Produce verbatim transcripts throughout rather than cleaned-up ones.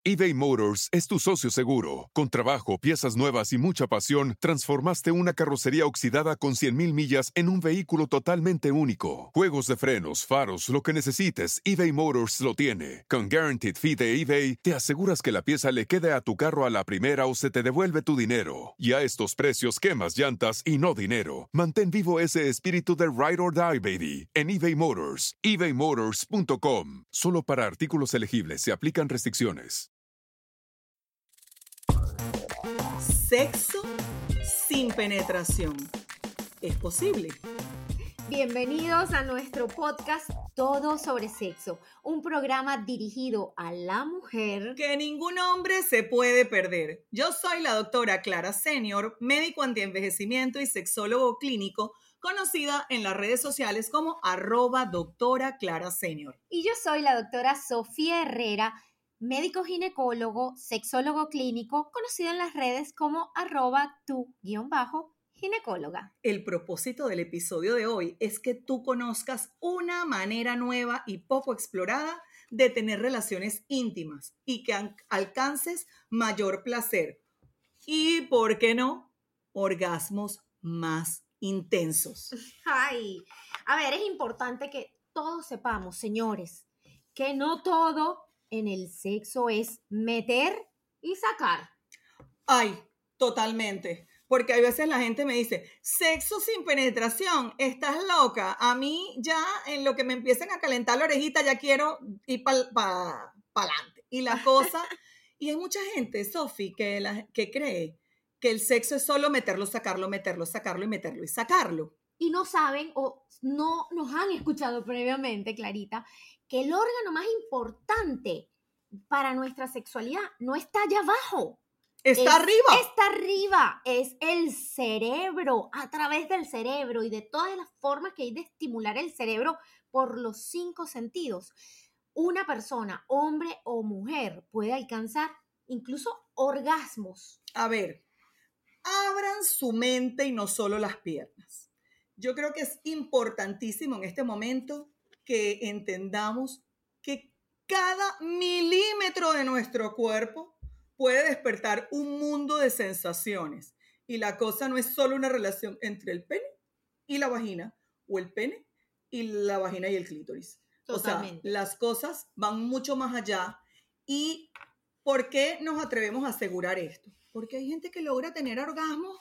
eBay Motors es tu socio seguro. Con trabajo, piezas nuevas y mucha pasión, transformaste una carrocería oxidada con cien mil millas en un vehículo totalmente único. Juegos de frenos, faros, lo que necesites, eBay Motors lo tiene. Con Guaranteed Fee de eBay, te aseguras que la pieza le quede a tu carro a la primera o se te devuelve tu dinero. Y a estos precios, quemas llantas y no dinero. Mantén vivo ese espíritu de Ride or Die, baby, en eBay Motors. ebay motors punto com. Solo para artículos elegibles se aplican restricciones. Sexo sin penetración. ¿Es posible? Bienvenidos a nuestro podcast Todo sobre Sexo, un programa dirigido a la mujer que ningún hombre se puede perder. Yo soy la doctora Clara Senior, médico antienvejecimiento y sexólogo clínico, conocida en las redes sociales como arroba doctora Clara Senior. Y yo soy la doctora Sofía Herrera, médico ginecólogo, sexólogo clínico, conocido en las redes como arroba tu guión bajo ginecóloga. El propósito del episodio de hoy es que tú conozcas una manera nueva y poco explorada de tener relaciones íntimas y que al- alcances mayor placer. Y, ¿por qué no? Orgasmos más intensos. Ay, a ver, es importante que todos sepamos, señores, que no todo en el sexo es meter y sacar. Ay, totalmente. Porque hay veces la gente me dice, sexo sin penetración, estás loca. A mí ya en lo que me empiecen a calentar la orejita ya quiero ir para pa, pa adelante. Y la cosa, y hay mucha gente, Sofi, que, la, que cree que el sexo es solo meterlo, sacarlo, meterlo, sacarlo y meterlo y sacarlo. Y no saben o no nos han escuchado previamente, Clarita, que el órgano más importante para nuestra sexualidad no está allá abajo. Está es, arriba. Está arriba, es el cerebro, a través del cerebro y de todas las formas que hay de estimular el cerebro por los cinco sentidos. Una persona, hombre o mujer, puede alcanzar incluso orgasmos. A ver, abran su mente y no solo las piernas. Yo creo que es importantísimo en este momento que entendamos que cada milímetro de nuestro cuerpo puede despertar un mundo de sensaciones. Y la cosa no es solo una relación entre el pene y la vagina, o el pene y la vagina y el clítoris. Totalmente. O sea, las cosas van mucho más allá. ¿Y por qué nos atrevemos a asegurar esto? Porque hay gente que logra tener orgasmos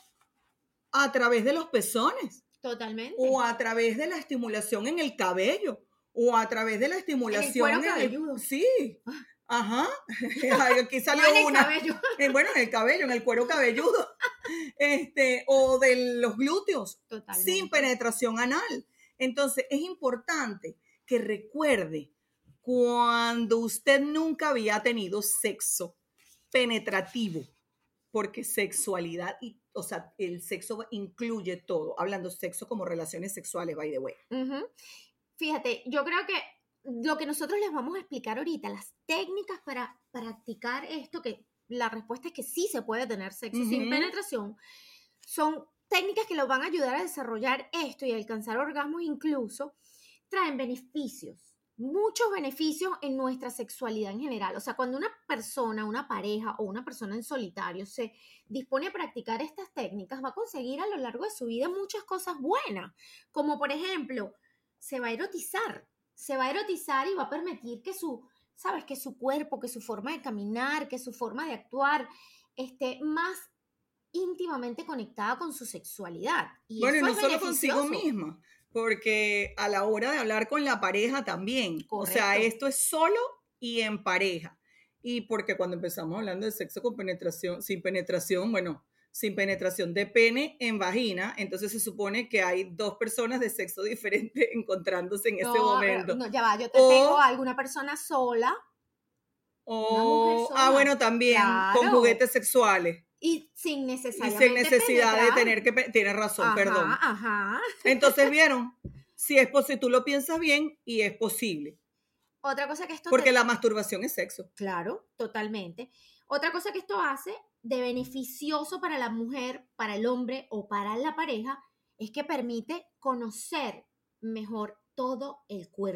a través de los pezones. Totalmente. O a través de la estimulación en el cabello. O a través de la estimulación en el cuero cabelludo. Sí. Ajá. Aquí salió no en el una. Cabello. Bueno, en el cabello, en el cuero cabelludo. Este, o de los glúteos. Totalmente. Sin penetración anal. Entonces, es importante que recuerde cuando usted nunca había tenido sexo penetrativo. Porque sexualidad, y, o sea, el sexo incluye todo. Hablando sexo como relaciones sexuales, by the way. Uh-huh. Fíjate, yo creo que lo que nosotros les vamos a explicar ahorita, las técnicas para practicar esto, que la respuesta es que sí se puede tener sexo uh-huh. sin penetración, son técnicas que lo van a ayudar a desarrollar esto y a alcanzar orgasmos incluso, traen beneficios. Muchos beneficios en nuestra sexualidad en general. O sea, cuando una persona, una pareja o una persona en solitario se dispone a practicar estas técnicas, va a conseguir a lo largo de su vida muchas cosas buenas. Como por ejemplo, se va a erotizar. Se va a erotizar y va a permitir que su, ¿sabes? Que su cuerpo, que su forma de caminar, que su forma de actuar esté más íntimamente conectada con su sexualidad. Y bueno, eso y no es solo consigo misma. Porque a la hora de hablar con la pareja también. Correcto. O sea, esto es solo y en pareja. Y porque cuando empezamos hablando de sexo con penetración, sin penetración, bueno, sin penetración de pene en vagina, entonces se supone que hay dos personas de sexo diferente encontrándose en no, ese momento. No, ya va, yo te o, tengo a alguna persona sola. O, una mujer sola. Ah, bueno, también, claro. con juguetes sexuales. Y sin necesariamente Y sin necesidad penetrar. de tener que... Tienes razón, ajá, perdón. Ajá. Entonces, ¿vieron? Si es posible, tú lo piensas bien y es posible. Otra cosa que esto... Porque te... la masturbación es sexo. Claro, totalmente. Otra cosa que esto hace de beneficioso para la mujer, para el hombre o para la pareja es que permite conocer mejor todo el cuerpo.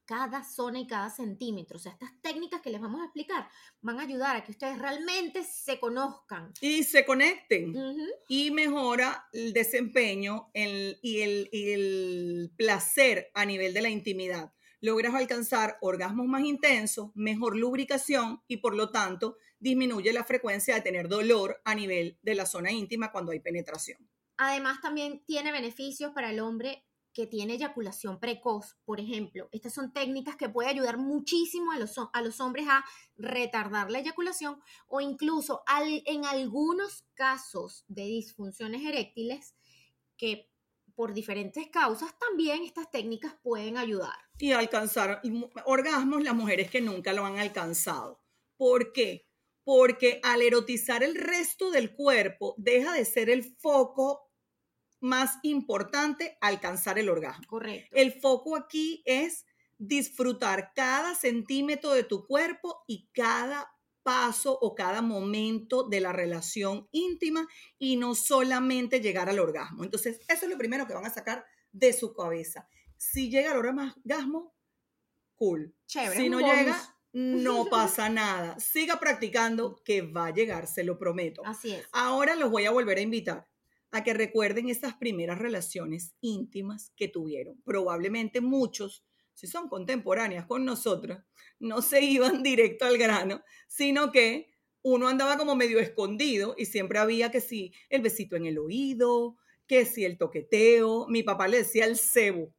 cada zona y cada centímetro. O sea, estas técnicas que les vamos a explicar van a ayudar a que ustedes realmente se conozcan. Y se conecten. Uh-huh. Y mejora el desempeño el, y, el, y el placer a nivel de la intimidad. Logras alcanzar orgasmos más intensos, mejor lubricación y por lo tanto disminuye la frecuencia de tener dolor a nivel de la zona íntima cuando hay penetración. Además, también tiene beneficios para el hombre que tiene eyaculación precoz, por ejemplo. Estas son técnicas que pueden ayudar muchísimo a los, a los hombres a retardar la eyaculación o incluso al, en algunos casos de disfunciones eréctiles que por diferentes causas también estas técnicas pueden ayudar. Y alcanzar orgasmos las mujeres que nunca lo han alcanzado. ¿Por qué? Porque al erotizar el resto del cuerpo deja de ser el foco más importante alcanzar el orgasmo. Correcto. El foco aquí es disfrutar cada centímetro de tu cuerpo y cada paso o cada momento de la relación íntima y no solamente llegar al orgasmo. Entonces, eso es lo primero que van a sacar de su cabeza. Si llega al orgasmo, cool. Chévere, si no bonus. llega, no pasa nada. Siga practicando que va a llegar, se lo prometo. Así es. Ahora los voy a volver a invitar a que recuerden esas primeras relaciones íntimas que tuvieron. Probablemente muchos, si son contemporáneas con nosotras, no se iban directo al grano, sino que uno andaba como medio escondido y siempre había que si el besito en el oído, que si el toqueteo. Mi papá le decía el cebo.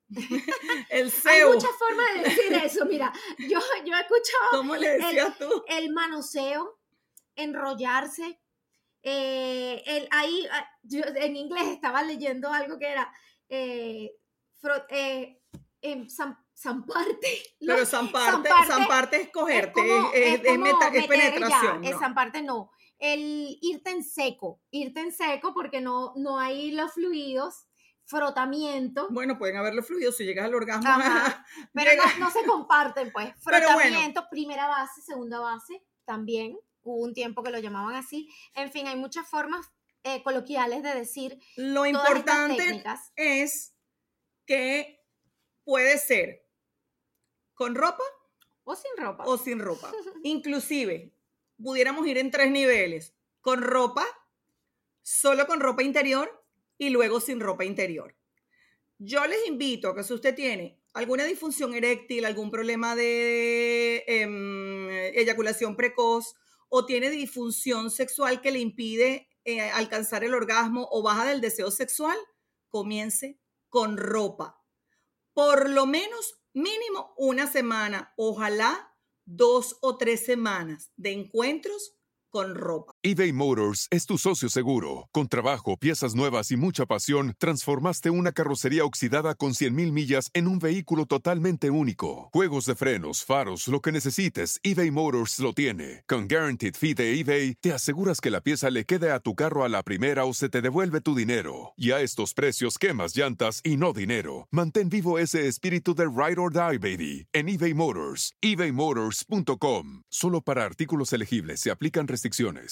El cebo. Hay muchas formas de decir eso. Mira, yo, yo he escuchado. ¿Cómo le decías el, tú? El manoseo, enrollarse. Eh, el, ahí, yo en inglés estaba leyendo algo que era eh, fro, eh, eh, San, zamparte. Pero no, zamparte, zamparte, zamparte es cogerte, es, como, es, es, es, como meta, es meter penetración. Ya, ¿no? Zamparte no. El irte en seco, irte en seco porque no, no hay los fluidos. Frotamiento. Bueno, pueden haber los fluidos si llegas al orgasmo. Ajá, pero no, no se comparten, pues. Frotamiento, bueno. primera base, segunda base, también. Hubo un tiempo que lo llamaban así. En fin, hay muchas formas eh, coloquiales de decir Lo importante es que puede ser con ropa o sin ropa. O sin ropa. Inclusive, pudiéramos ir en tres niveles. Con ropa, solo con ropa interior y luego sin ropa interior. Yo les invito a que si usted tiene alguna disfunción eréctil, algún problema de eh, eyaculación precoz o tiene disfunción sexual que le impide eh, alcanzar el orgasmo o baja del deseo sexual, comience con ropa. Por lo menos mínimo una semana, ojalá dos o tres semanas de encuentros con ropa. eBay Motors es tu socio seguro. Con trabajo, piezas nuevas y mucha pasión, transformaste una carrocería oxidada con cien mil millas en un vehículo totalmente único. Juegos de frenos, faros, lo que necesites, eBay Motors lo tiene. Con Guaranteed Fee de eBay, te aseguras que la pieza le quede a tu carro a la primera o se te devuelve tu dinero. Y a estos precios, quemas llantas y no dinero. Mantén vivo ese espíritu de Ride or Die, baby, en eBay Motors. ebay motors punto com. Solo para artículos elegibles se aplican restricciones.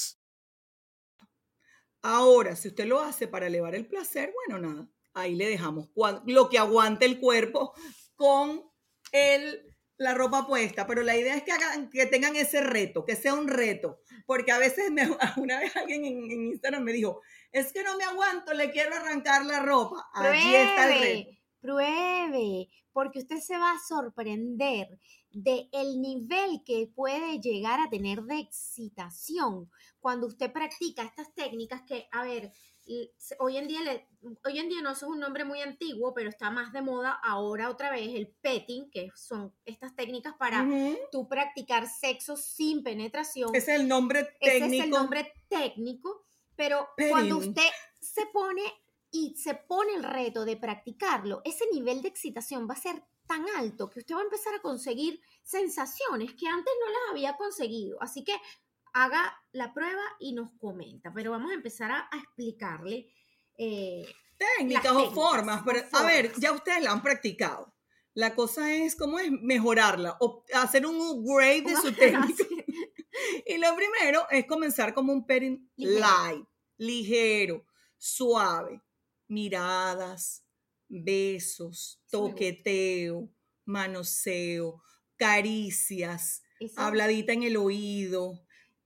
Ahora, si usted lo hace para elevar el placer, bueno, nada, ahí le dejamos lo que aguante el cuerpo con el, la ropa puesta, pero la idea es que, hagan, que tengan ese reto, que sea un reto, porque a veces me, una vez alguien en, en Instagram me dijo, es que no me aguanto, le quiero arrancar la ropa. Pruebe, allí está el reto. Pruebe, porque usted se va a sorprender de el nivel que puede llegar a tener de excitación cuando usted practica estas técnicas que, a ver, hoy en día, le, hoy en día no es un nombre muy antiguo, pero está más de moda ahora otra vez el petting, que son estas técnicas para uh-huh. tú practicar sexo sin penetración. Ese es el nombre técnico. Ese es el nombre técnico, pero petting. Cuando usted se pone y se pone el reto de practicarlo, ese nivel de excitación va a ser tan alto que usted va a empezar a conseguir sensaciones que antes no las había conseguido. Así que haga la prueba y nos comenta. Pero vamos a empezar a, a explicarle eh, técnicas, técnicas o formas. Pero, formas. A ver, ya ustedes la han practicado. La cosa es cómo es mejorarla o hacer un upgrade de su técnica. Y lo primero es comenzar como un petting light, ligero, suave. Miradas, besos, toqueteo, manoseo, caricias, Eso- habladita en el oído,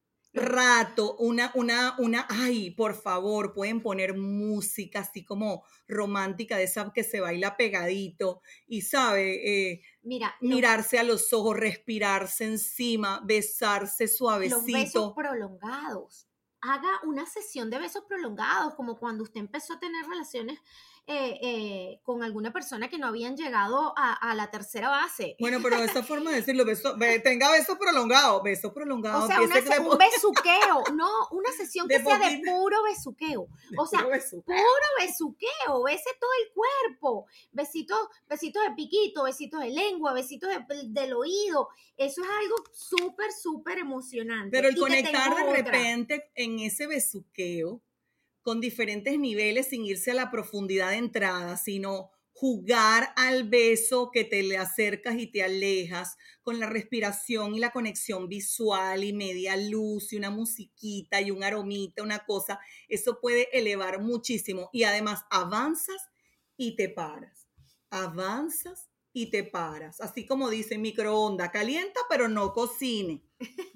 rato, una, una, una, ay, por favor, pueden poner música así como romántica de esa que se baila pegadito y sabe, eh, Mira, los, mirarse a los ojos, respirarse encima, besarse los besos suavecito. prolongados. Haga una sesión de besos prolongados, como cuando usted empezó a tener relaciones eh, eh, con alguna persona que no habían llegado a, a la tercera base. Bueno, pero esa forma de decirlo, beso, be- tenga besos prolongados, besos prolongados. O sea, una, empiece se- de- un besuqueo, no, una sesión De que sea de poquito. puro besuqueo. O sea, puro beso. puro besuqueo, bese todo el cuerpo, besitos, besitos de piquito, besitos de lengua, besitos de- del oído. Eso es algo súper, súper emocionante. Pero el Y te conectar tengo de otra. repente en ese besuqueo con diferentes niveles sin irse a la profundidad de entrada, sino jugar al beso que te le acercas y te alejas con la respiración y la conexión visual y media luz y una musiquita y un aromita, una cosa, eso puede elevar muchísimo y además avanzas y te paras, avanzas y te paras, así como dice microondas, calienta pero no cocine.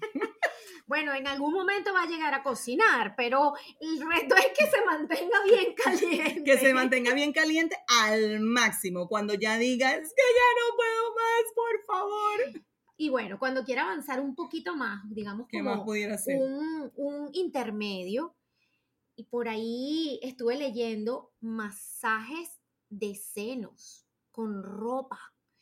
Bueno, en algún momento va a llegar a cocinar, pero el reto es que se mantenga bien caliente. Que se mantenga bien caliente al máximo. Cuando ya diga, es que ya no puedo más, por favor. Y bueno, cuando quiera avanzar un poquito más, digamos ¿Qué como más pudiera ser? un, un intermedio, y por ahí estuve leyendo masajes de senos con ropa,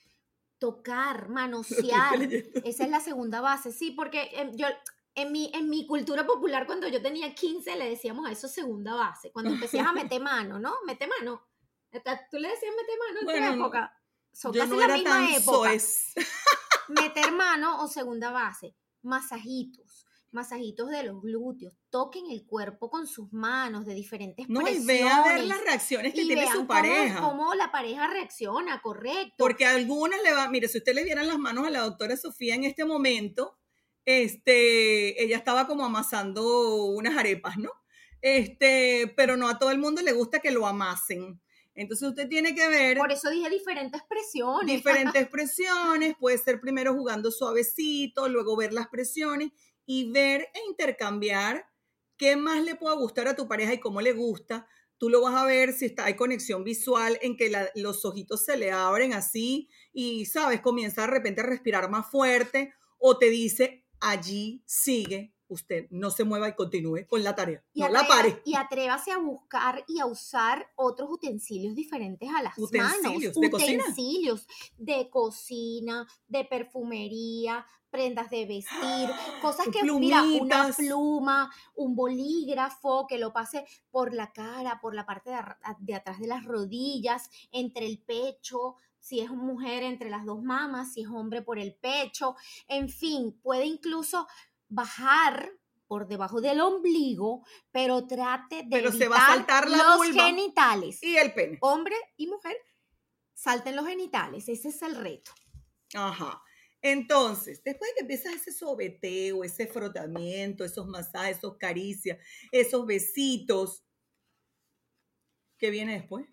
tocar, manosear. leyendo. Esa es la segunda base, sí, porque eh, yo... En mi, en mi cultura popular, cuando yo tenía quince, le decíamos a eso segunda base. Cuando empecías a meter mano, ¿no? Mete mano. ¿Tú le decías meter mano en Bueno, tu época? Son Yo casi no la era misma tan época. soez. Meter mano o segunda base. Masajitos. Masajitos de los glúteos. Toquen el cuerpo con sus manos de diferentes No, y presiones. ve a ver las reacciones que y tiene vean su pareja. Cómo, cómo la pareja reacciona, correcto. Porque a algunas le va, mire, si usted le dieran las manos a la doctora Sofía en este momento, este, ella estaba como amasando unas arepas, ¿no? Este, pero no a todo el mundo le gusta que lo amasen. Entonces usted tiene que ver Por eso dije diferentes presiones. diferentes presiones, puede ser primero jugando suavecito, luego ver las presiones y ver e intercambiar qué más le puede gustar a tu pareja y cómo le gusta. Tú lo vas a ver si está, hay conexión visual en que la, los ojitos se le abren así y, ¿sabes? Comienza de repente a respirar más fuerte o te dice, allí sigue, usted no se mueva y continúe con la tarea, Y, no la atreva- pare. y atrévase a buscar y a usar otros utensilios diferentes a las Utensilios, manos. ¿de cocina? Utensilios de cocina, de perfumería, prendas de vestir, cosas que, mira, una Plumitas. pluma, un bolígrafo que lo pase por la cara, por la parte de, ar- de atrás de las rodillas, entre el pecho, si es mujer entre las dos mamas, si es hombre por el pecho, en fin, puede incluso bajar por debajo del ombligo, pero trate de Pero se va a evitar saltar la los vulva genitales. Y el pene. Hombre y mujer, salten los genitales, ese es el reto. Ajá. Entonces, después de que empiezas ese sobeteo, ese frotamiento, esos masajes, esos caricias, esos besitos, ¿qué viene después?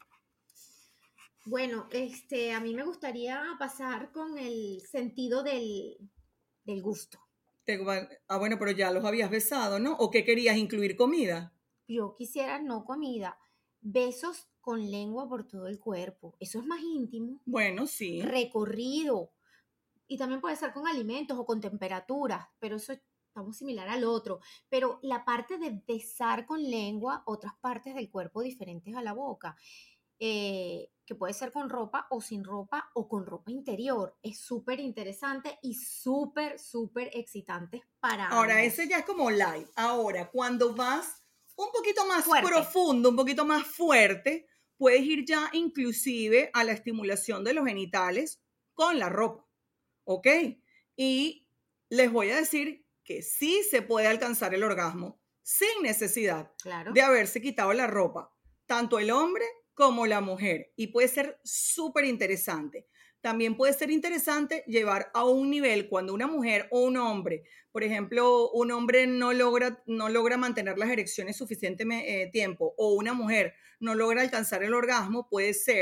Bueno, este, a mí me gustaría pasar con el sentido del, del gusto. Te va- ah, bueno, pero ya los habías besado, ¿no? ¿O qué querías incluir comida? Yo quisiera no comida, besos con lengua por todo el cuerpo. Eso es más íntimo. Bueno, sí. Recorrido. Y también puede ser con alimentos o con temperaturas, pero eso estamos similar al otro. Pero la parte de besar con lengua, otras partes del cuerpo diferentes a la boca, eh, que puede ser con ropa o sin ropa o con ropa interior, es súper interesante y súper, súper excitante para Ahora, ambos. ese ya es como light. Ahora, cuando vas un poquito más Fuerte. profundo, un poquito más fuerte, puedes ir ya inclusive a la estimulación de los genitales con la ropa. ¿Ok? Y les voy a decir que sí se puede alcanzar el orgasmo sin necesidad Claro. de haberse quitado la ropa, tanto el hombre como la mujer. Y puede ser súper interesante. También puede ser interesante llevar a un nivel cuando una mujer o un hombre, por ejemplo, un hombre no logra, no logra mantener las erecciones suficiente eh, tiempo o una mujer no logra alcanzar el orgasmo, puede ser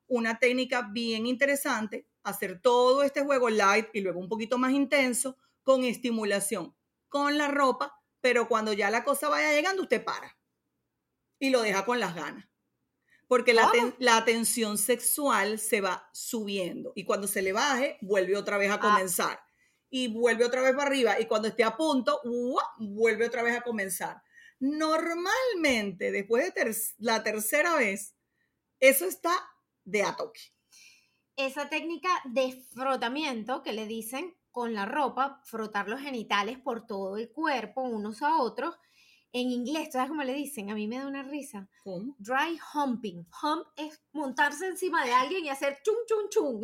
una técnica bien interesante, hacer todo este juego light y luego un poquito más intenso con estimulación, con la ropa, pero cuando ya la cosa vaya llegando, usted para y lo deja con las ganas. Porque la, ten, la tensión sexual se va subiendo y cuando se le baje, vuelve otra vez a comenzar. Ah. Y vuelve otra vez para arriba y cuando esté a punto, ¡uah!, vuelve otra vez a comenzar. Normalmente, después de ter la tercera vez, eso está de a toque. Esa técnica de frotamiento que le dicen con la ropa, frotar los genitales por todo el cuerpo, unos a otros, en inglés, ¿sabes cómo le dicen? A mí me da una risa. ¿Cómo? Dry humping. Hump es montarse encima de alguien y hacer chun, chun, chun.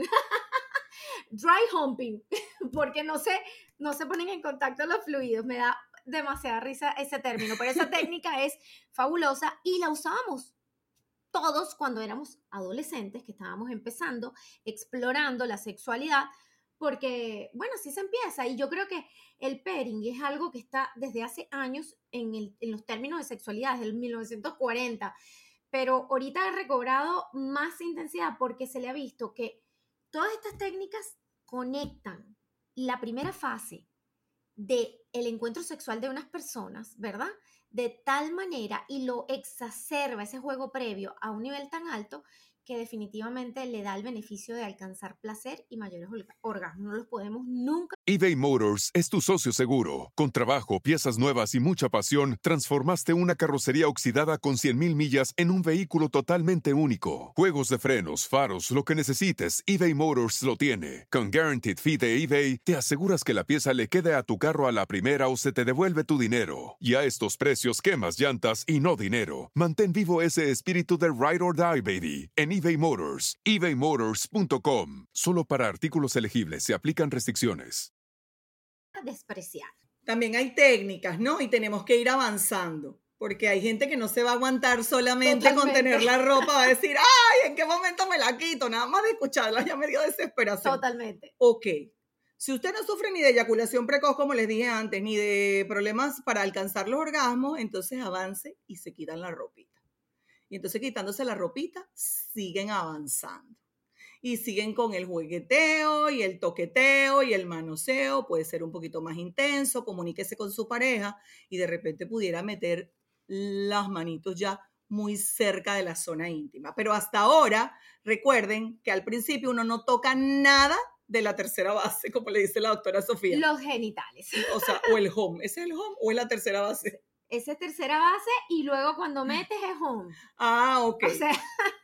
Dry humping, porque no se, no se ponen en contacto los fluidos. Me da demasiada risa ese término, pero esa técnica es fabulosa y la usábamos todos cuando éramos adolescentes, que estábamos empezando, explorando la sexualidad, porque, bueno, así se empieza. Y yo creo que el pairing es algo que está desde hace años en, el, en los términos de sexualidad, desde el mil novecientos cuarenta, pero ahorita ha recobrado más intensidad porque se le ha visto que todas estas técnicas conectan la primera fase del encuentro sexual de unas personas, ¿verdad?, de tal manera y lo exacerba ese juego previo a un nivel tan alto que definitivamente le da el beneficio de alcanzar placer y mayores orgasmos. No los podemos nunca. eBay Motors es tu socio seguro. Con trabajo, piezas nuevas y mucha pasión, transformaste una carrocería oxidada con cien mil millas en un vehículo totalmente único. Juegos de frenos, faros, lo que necesites, eBay Motors lo tiene. Con Guaranteed Fee de eBay, te aseguras que la pieza le quede a tu carro a la primera o se te devuelve tu dinero. Y a estos precios, quemas llantas y no dinero. Mantén vivo ese espíritu de Ride or Die, baby, en eBay Motors. ebay motors punto com. Solo para artículos elegibles se aplican restricciones. Despreciar. También hay técnicas, ¿no? Y tenemos que ir avanzando, porque hay gente que no se va a aguantar solamente Totalmente. Con tener la ropa, va a decir, ¡ay! ¿En qué momento me la quito? Nada más de escucharla ya me dio desesperación. Totalmente. Ok. Si usted no sufre ni de eyaculación precoz, como les dije antes, ni de problemas para alcanzar los orgasmos, entonces avance y se quitan la ropita. Y entonces quitándose la ropita, siguen avanzando. Y siguen con el jugueteo y el toqueteo y el manoseo. Puede ser un poquito más intenso, comuníquese con su pareja y de repente pudiera meter las manitos ya muy cerca de la zona íntima. Pero hasta ahora, recuerden que al principio uno no toca nada de la tercera base, como le dice la doctora Sofía. Los genitales. O sea, o el home. ¿Ese es el home o es la tercera base? Esa es tercera base y luego cuando metes es home. Ah, ok. O sea...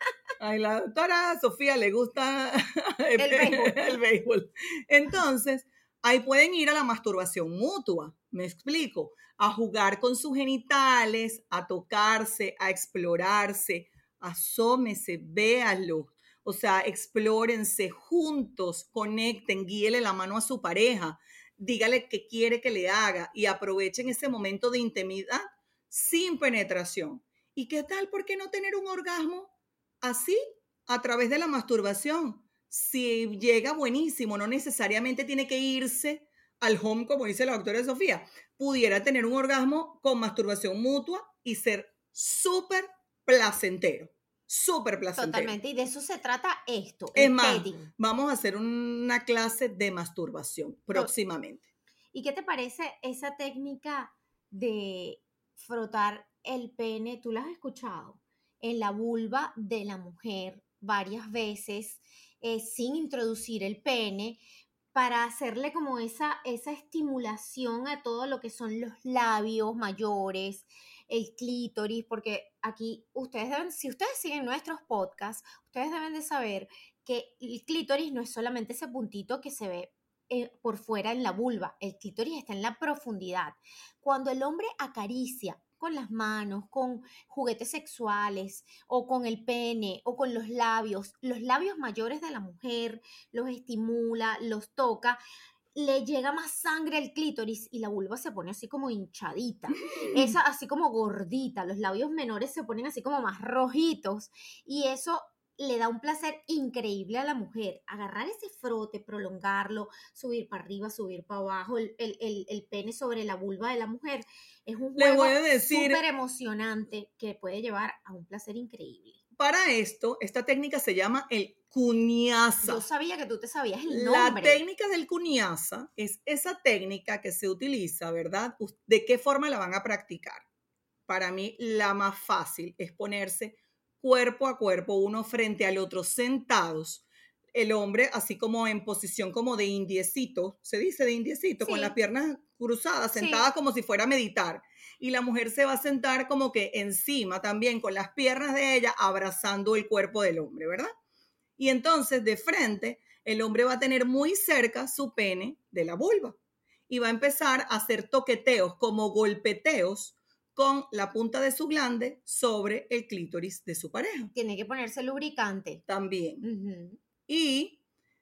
A la doctora Sofía le gusta el, el, béisbol. el béisbol. Entonces, ahí pueden ir a la masturbación mutua, me explico, a jugar con sus genitales, a tocarse, a explorarse, asómese, véanlo. O sea, explórense juntos, conecten, guíele la mano a su pareja, dígale qué quiere que le haga y aprovechen ese momento de intimidad sin penetración. ¿Y qué tal? ¿Por qué no tener un orgasmo así, a través de la masturbación? Si llega, buenísimo, no necesariamente tiene que irse al home, como dice la doctora Sofía. Pudiera tener un orgasmo con masturbación mutua y ser súper placentero. Súper placentero. Totalmente, y de eso se trata esto. Es más, vamos a hacer una clase de masturbación próximamente. ¿Y qué te parece esa técnica de frotar el pene? ¿Tú la has escuchado? En la vulva de la mujer varias veces, eh, sin introducir el pene, para hacerle como esa, esa estimulación a todo lo que son los labios mayores, el clítoris, porque aquí ustedes deben, si ustedes siguen nuestros podcasts, ustedes deben de saber que el clítoris no es solamente ese puntito que se ve eh, por fuera en la vulva, el clítoris está en la profundidad. Cuando el hombre acaricia con las manos, con juguetes sexuales, o con el pene, o con los labios, los labios mayores de la mujer, los estimula, los toca, le llega más sangre al clítoris y la vulva se pone así como hinchadita, esa así como gordita, los labios menores se ponen así como más rojitos y eso le da un placer increíble a la mujer. Agarrar ese frote, prolongarlo, subir para arriba, subir para abajo, el, el, el, el pene sobre la vulva de la mujer, es un juego súper emocionante que puede llevar a un placer increíble. para esto, esta técnica se llama el Kunyasa. Yo sabía que tú te sabías el La nombre. técnica del Kunyasa es esa técnica que se utiliza, ¿verdad? ¿De qué forma la van a practicar? Para mí, la más fácil es ponerse cuerpo a cuerpo, uno frente al otro, sentados. El hombre, así como en posición como de indiecito, se dice de indiecito, Sí. con las piernas cruzadas, sentada Sí. como si fuera a meditar. Y la mujer se va a sentar como que encima también, con las piernas de ella, abrazando el cuerpo del hombre, ¿verdad? Y entonces, de frente, el hombre va a tener muy cerca su pene de la vulva. Y va a empezar a hacer toqueteos, como golpeteos, con la punta de su glande sobre el clítoris de su pareja. Tiene que ponerse lubricante. También. Uh-huh. Y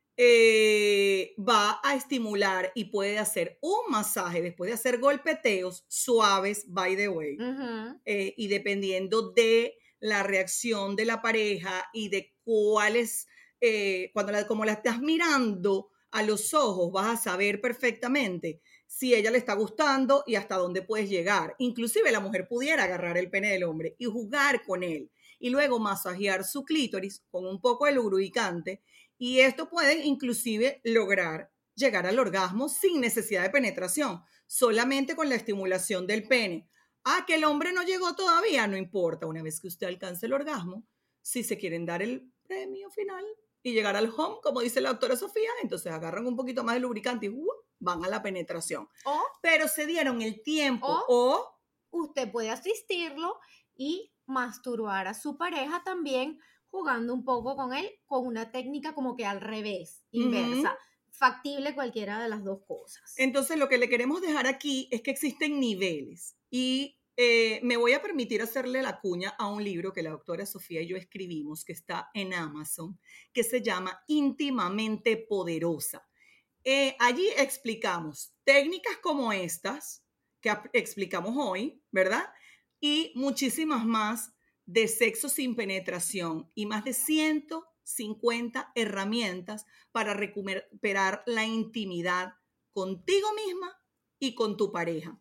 eh, va a estimular y puede hacer un masaje después de hacer golpeteos suaves, by the way. Uh-huh. Eh, y dependiendo de la reacción de la pareja y de cuáles, eh, cuando la, como la estás mirando a los ojos, vas a saber perfectamente si ella le está gustando y hasta dónde puedes llegar. Inclusive la mujer pudiera agarrar el pene del hombre y jugar con él y luego masajear su clítoris con un poco de lubricante, y esto puede inclusive lograr llegar al orgasmo sin necesidad de penetración, solamente con la estimulación del pene. Ah, que el hombre no llegó todavía, no importa. Una vez que usted alcance el orgasmo, si se quieren dar el premio final y llegar al home, como dice la doctora Sofía, entonces agarran un poquito más de lubricante y uh, van a la penetración. O, Pero se dieron el tiempo. O, o usted puede asistirlo y masturbar a su pareja también, jugando un poco con él, con una técnica como que al revés, inversa. Uh-huh. Factible cualquiera de las dos cosas. Entonces, lo que le queremos dejar aquí es que existen niveles. Y eh, me voy a permitir hacerle la cuña a un libro que la doctora Sofía y yo escribimos, que está en Amazon, que se llama Íntimamente Poderosa. Eh, allí explicamos técnicas como estas que explicamos hoy, ¿verdad? Y muchísimas más de sexo sin penetración y más de ciento cincuenta herramientas para recuperar la intimidad contigo misma y con tu pareja.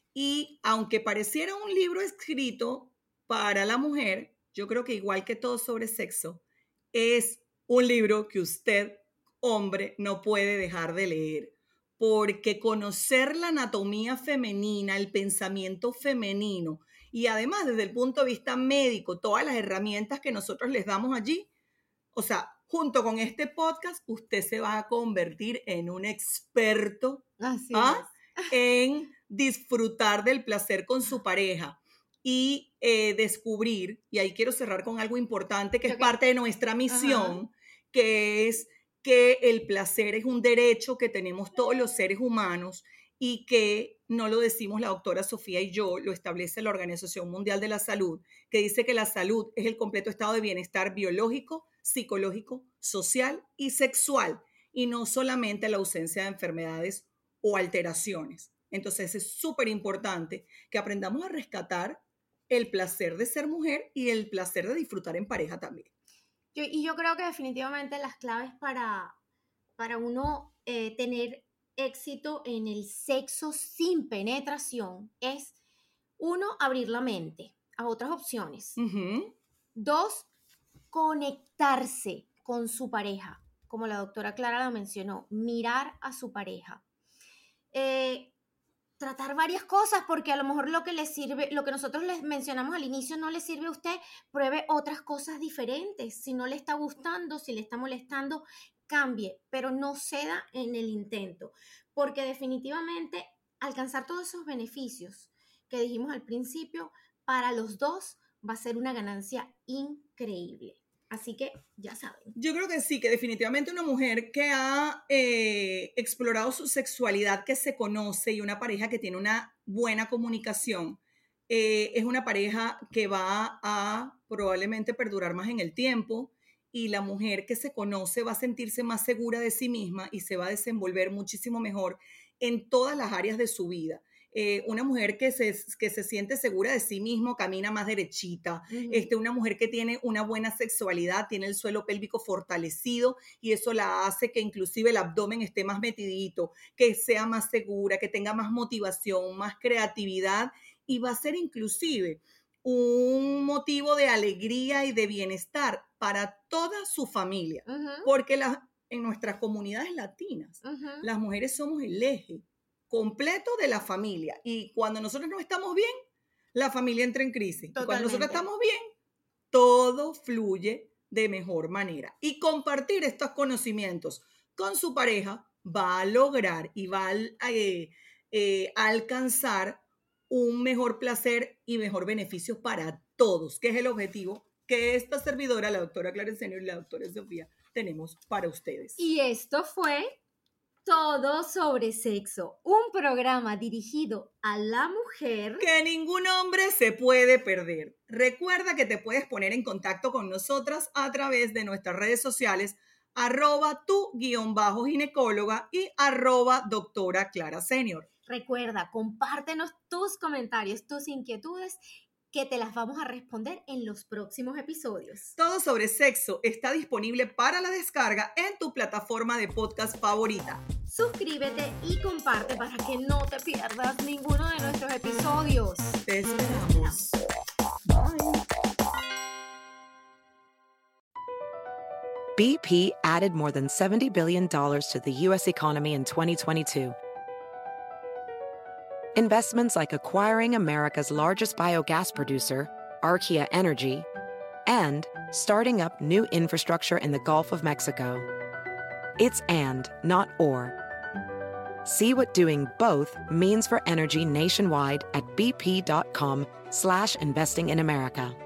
Y aunque pareciera un libro escrito para la mujer, yo creo que igual que todo sobre sexo, es un libro que usted, hombre, no puede dejar de leer, porque conocer la anatomía femenina, el pensamiento femenino y además desde el punto de vista médico, todas las herramientas que nosotros les damos allí, o sea, junto con este podcast, usted se va a convertir en un experto Así ¿ah? es. en disfrutar del placer con su pareja y eh, descubrir, y ahí quiero cerrar con algo importante que Yo es que... parte de nuestra misión, Ajá. que es que el placer es un derecho que tenemos todos los seres humanos y que no lo decimos la doctora Sofía y yo, lo establece la Organización Mundial de la Salud, que dice que la salud es el completo estado de bienestar biológico, psicológico, social y sexual, y no solamente la ausencia de enfermedades o alteraciones. Entonces es súper importante que aprendamos a rescatar el placer de ser mujer y el placer de disfrutar en pareja también. Yo, y yo creo que definitivamente las claves para, para uno eh, tener éxito en el sexo sin penetración es, uno, abrir la mente a otras opciones. Uh-huh. Dos, conectarse con su pareja, como la doctora Clara lo mencionó, mirar a su pareja. Eh, tratar varias cosas, porque a lo mejor lo que les sirve, lo que nosotros les mencionamos al inicio no le sirve a usted, pruebe otras cosas diferentes. Si no le está gustando, si le está molestando, cambie, pero no ceda en el intento, porque definitivamente alcanzar todos esos beneficios que dijimos al principio, para los dos va a ser una ganancia increíble. Así que ya saben. Yo creo que sí, que definitivamente una mujer que ha eh, explorado su sexualidad, que se conoce, y una pareja que tiene una buena comunicación, eh, es una pareja que va a probablemente perdurar más en el tiempo, y la mujer que se conoce va a sentirse más segura de sí misma y se va a desenvolver muchísimo mejor en todas las áreas de su vida. Eh, una mujer que se, que se siente segura de sí misma, camina más derechita. Uh-huh. Este, una mujer que tiene una buena sexualidad, tiene el suelo pélvico fortalecido y eso la hace que inclusive el abdomen esté más metidito, que sea más segura, que tenga más motivación, más creatividad, y va a ser inclusive un motivo de alegría y de bienestar para toda su familia, Uh-huh. porque la, en nuestras comunidades latinas, Uh-huh. las mujeres somos el eje completo de la familia, y cuando nosotros no estamos bien, la familia entra en crisis. Y cuando nosotros Totalmente. estamos bien, todo fluye de mejor manera. Y compartir estos conocimientos con su pareja va a lograr y va a eh, eh, alcanzar un mejor placer y mejor beneficio para todos, que es el objetivo que esta servidora, la doctora Clara Senior y la doctora Sofía, tenemos para ustedes. Y esto fue Todo sobre Sexo, un programa dirigido a la mujer que ningún hombre se puede perder. Recuerda que te puedes poner en contacto con nosotras a través de nuestras redes sociales, arroba tu guión bajo ginecóloga y arroba doctora Clara Senior. Recuerda, compártenos tus comentarios, tus inquietudes, que te las vamos a responder en los próximos episodios. Todo sobre Sexo está disponible para la descarga en tu plataforma de podcast favorita. Suscríbete y comparte para que no te pierdas ninguno de nuestros episodios. Te esperamos. Bye. B P added more than seventy billion dollars to the U S economy in twenty twenty-two. Investments like acquiring America's largest biogas producer, Archaea Energy, and starting up new infrastructure in the Gulf of Mexico. It's and, not or. See what doing both means for energy nationwide at bp.com slash investing in America.